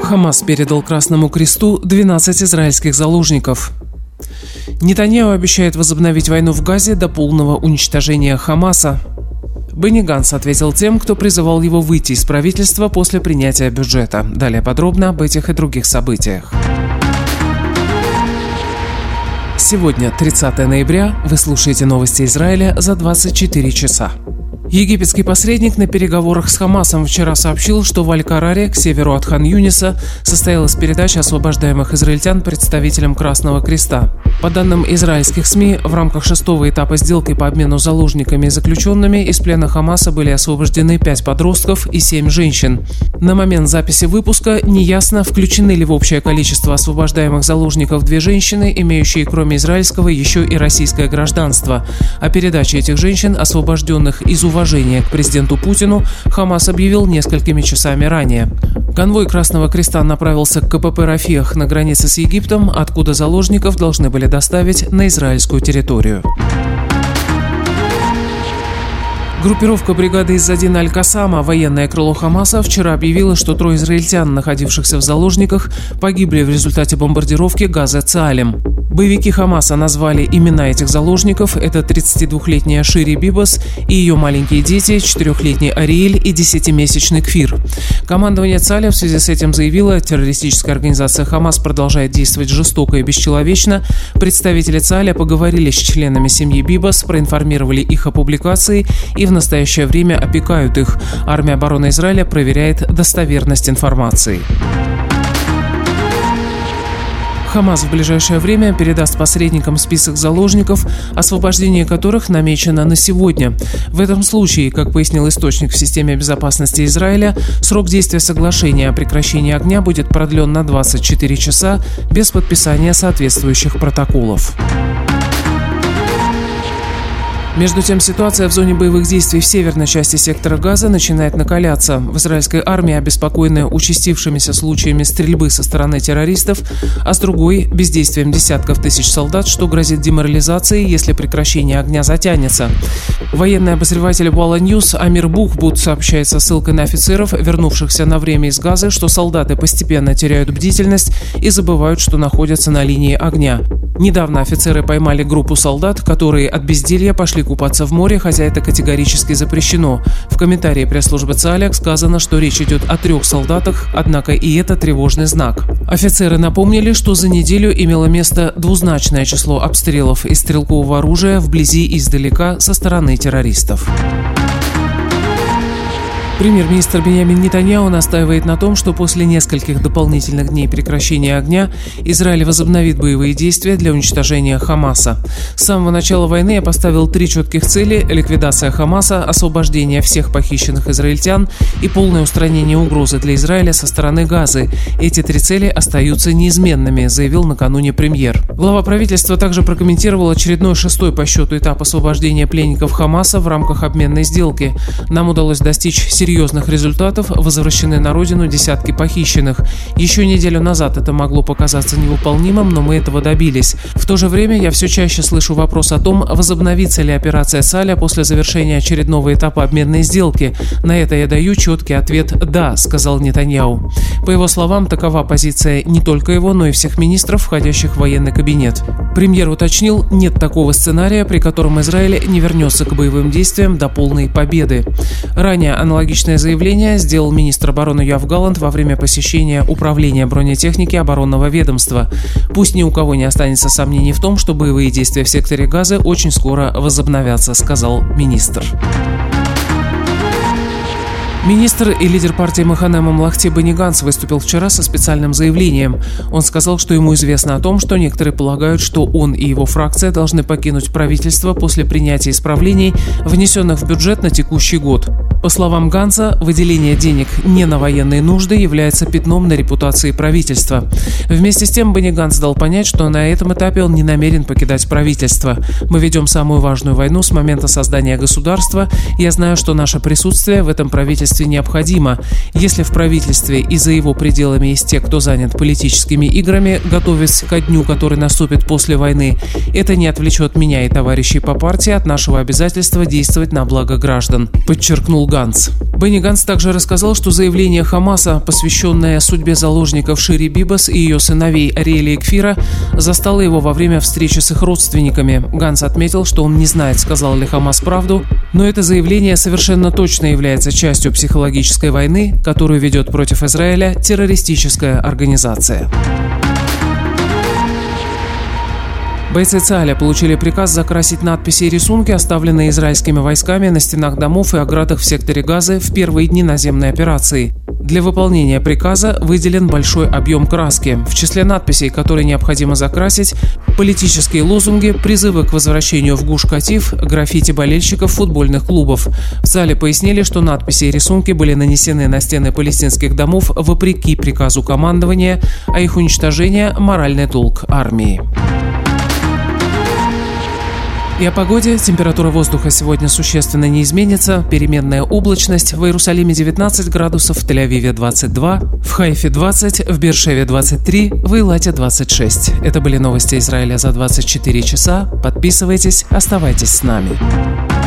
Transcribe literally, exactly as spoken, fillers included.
Хамас передал Красному Кресту двенадцать израильских заложников. Нетаньяху обещает возобновить войну в Газе до полного уничтожения Хамаса. Бенни Ганц ответил тем, кто призывал его выйти из правительства после принятия бюджета. Далее подробно об этих и других событиях. Сегодня, тридцатое ноября, вы слушаете новости Израиля за двадцать четыре часа. Египетский посредник на переговорах с Хамасом вчера сообщил, что в Аль-Караре, к северу от Хан-Юниса, состоялась передача освобождаемых израильтян представителям Красного Креста. По данным израильских СМИ, в рамках шестого этапа сделки по обмену заложниками и заключенными из плена Хамаса были освобождены пять подростков и семь женщин. На момент записи выпуска неясно, включены ли в общее количество освобождаемых заложников две женщины, имеющие кроме израильского еще и российское гражданство. О передаче этих женщин, освобожденных из уважения к президенту Путину, Хамас объявил несколькими часами ранее. Конвой Красного Креста направился к КПП Рафиах на границе с Египтом, откуда заложников должны были доставить на израильскую территорию. Группировка бригады Иззадин Аль-Кассама, военное крыло Хамаса, вчера объявила, что трое израильтян, находившихся в заложниках, погибли в результате бомбардировки Газа Цаалем. Боевики Хамаса назвали имена этих заложников. Это тридцатидвухлетняя Шири Бибас и ее маленькие дети, четырехлетний Ариэль и десятимесячный Кфир. Командование Цааля в связи с этим заявило, террористическая организация Хамас продолжает действовать жестоко и бесчеловечно. Представители Цааля поговорили с членами семьи Бибас, проинформировали их о публикации и в настоящее время опекают их. Армия обороны Израиля проверяет достоверность информации. Хамас в ближайшее время передаст посредникам список заложников, освобождение которых намечено на сегодня. В этом случае, как пояснил источник в системе безопасности Израиля, срок действия соглашения о прекращении огня будет продлен на двадцать четыре часа без подписания соответствующих протоколов. Между тем, ситуация в зоне боевых действий в северной части сектора Газа начинает накаляться. В израильской армии обеспокоены участившимися случаями стрельбы со стороны террористов, а с другой – бездействием десятков тысяч солдат, что грозит деморализацией, если прекращение огня затянется. Военный обозреватель Walla News Амир Бухбут сообщает со ссылкой на офицеров, вернувшихся на время из Газы, что солдаты постепенно теряют бдительность и забывают, что находятся на линии огня. Недавно офицеры поймали группу солдат, которые от безделья пошли купаться в море, хотя это категорически запрещено. В комментарии пресс-службы Цааля сказано, что речь идет о трех солдатах, однако и это тревожный знак. Офицеры напомнили, что за неделю имело место двузначное число обстрелов из стрелкового оружия вблизи и издалека со стороны террористов. Премьер-министр Биньямин Нетаньяху настаивает на том, что после нескольких дополнительных дней прекращения огня Израиль возобновит боевые действия для уничтожения Хамаса. С самого начала войны я поставил три четких цели – ликвидация Хамаса, освобождение всех похищенных израильтян и полное устранение угрозы для Израиля со стороны Газы. Эти три цели остаются неизменными, заявил накануне премьер. Глава правительства также прокомментировал очередной шестой по счету этап освобождения пленников Хамаса в рамках обменной сделки. Нам удалось достичь серьезных серьезных результатов, возвращены на родину десятки похищенных. Еще неделю назад это могло показаться невыполнимым, но мы этого добились. В то же время я все чаще слышу вопрос о том, возобновится ли операция Цааля после завершения очередного этапа обменной сделки. На это я даю четкий ответ «да», сказал Нетаньяху. По его словам, такова позиция не только его, но и всех министров, входящих в военный кабинет. Премьер уточнил, нет такого сценария, при котором Израиль не вернется к боевым действиям до полной победы. Ранее аналогичное заявление сделал министр обороны Йоав Галлант во время посещения Управления бронетехники оборонного ведомства. Пусть ни у кого не останется сомнений в том, что боевые действия в секторе Газа очень скоро возобновятся, сказал министр. Министр и лидер партии Махане Мамлахти Бенни Ганц выступил вчера со специальным заявлением. Он сказал, что ему известно о том, что некоторые полагают, что он и его фракция должны покинуть правительство после принятия исправлений, внесенных в бюджет на текущий год. По словам Ганца, выделение денег не на военные нужды является пятном на репутации правительства. Вместе с тем Бенни Ганц дал понять, что на этом этапе он не намерен покидать правительство. Мы ведем самую важную войну с момента создания государства. Я знаю, что наше присутствие в этом правительстве правительстве необходимо. Если в правительстве и за его пределами есть те, кто занят политическими играми, готовясь ко дню, который наступит после войны, это не отвлечет меня и товарищей по партии от нашего обязательства действовать на благо граждан, подчеркнул Ганц. Бенни Ганц также рассказал, что заявление Хамаса, посвященное судьбе заложников Шири Бибас и ее сыновей Ариэля и Кфира, застало его во время встречи с их родственниками. Ганц отметил, что он не знает, сказал ли Хамас правду, но это заявление совершенно точно является частью психологической войны, которую ведет против Израиля террористическая организация. Бойцы ЦАЛЯ получили приказ закрасить надписи и рисунки, оставленные израильскими войсками на стенах домов и оградах в секторе Газы в первые дни наземной операции. Для выполнения приказа выделен большой объем краски. В числе надписей, которые необходимо закрасить, политические лозунги, призывы к возвращению в Гуш-Катиф, граффити болельщиков футбольных клубов. В ЦАЛе пояснили, что надписи и рисунки были нанесены на стены палестинских домов вопреки приказу командования, а их уничтожение – моральный долг армии. И о погоде. Температура воздуха сегодня существенно не изменится. Переменная облачность. В Иерусалиме девятнадцать градусов, в Тель-Авиве двадцать два, в Хайфе двадцать, в Беэр-Шеве двадцать три, в Эйлате двадцать шесть. Это были новости Израиля за двадцать четыре часа. Подписывайтесь, оставайтесь с нами.